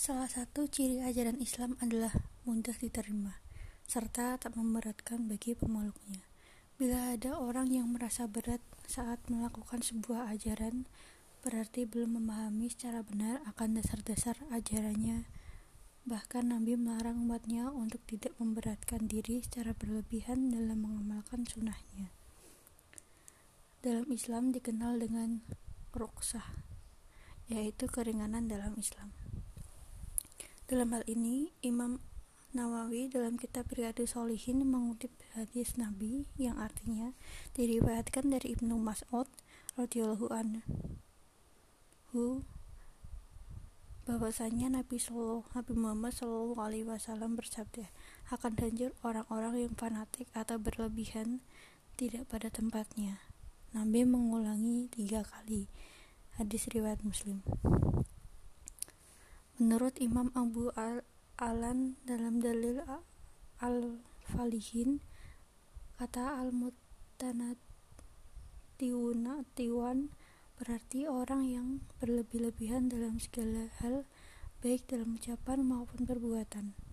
Salah satu ciri ajaran Islam adalah mudah diterima, serta tak memberatkan bagi pemeluknya. Bila ada orang yang merasa berat saat melakukan sebuah ajaran, berarti belum memahami secara benar akan dasar-dasar ajarannya. Bahkan Nabi melarang umatnya untuk tidak memberatkan diri secara berlebihan dalam mengamalkan sunnahnya. Dalam Islam dikenal dengan rukhsah, yaitu keringanan dalam Islam. Dalam hal ini, Imam Nawawi dalam kitab Riyadhus Shalihin mengutip hadis Nabi yang artinya diriwayatkan dari Ibnu Mas'ud radhiyallahu anhu bahwasanya Nabi Muhammad sallallahu alaihi wasallam bersabda, akan hancur orang-orang yang fanatik atau berlebihan tidak pada tempatnya. Nabi mengulangi 3 kali. Hadis riwayat Muslim. Menurut Imam Abu Alan dalam dalil Al-Falihin, kata al-mutanattiwan berarti orang yang berlebih-lebihan dalam segala hal, baik dalam ucapan maupun perbuatan.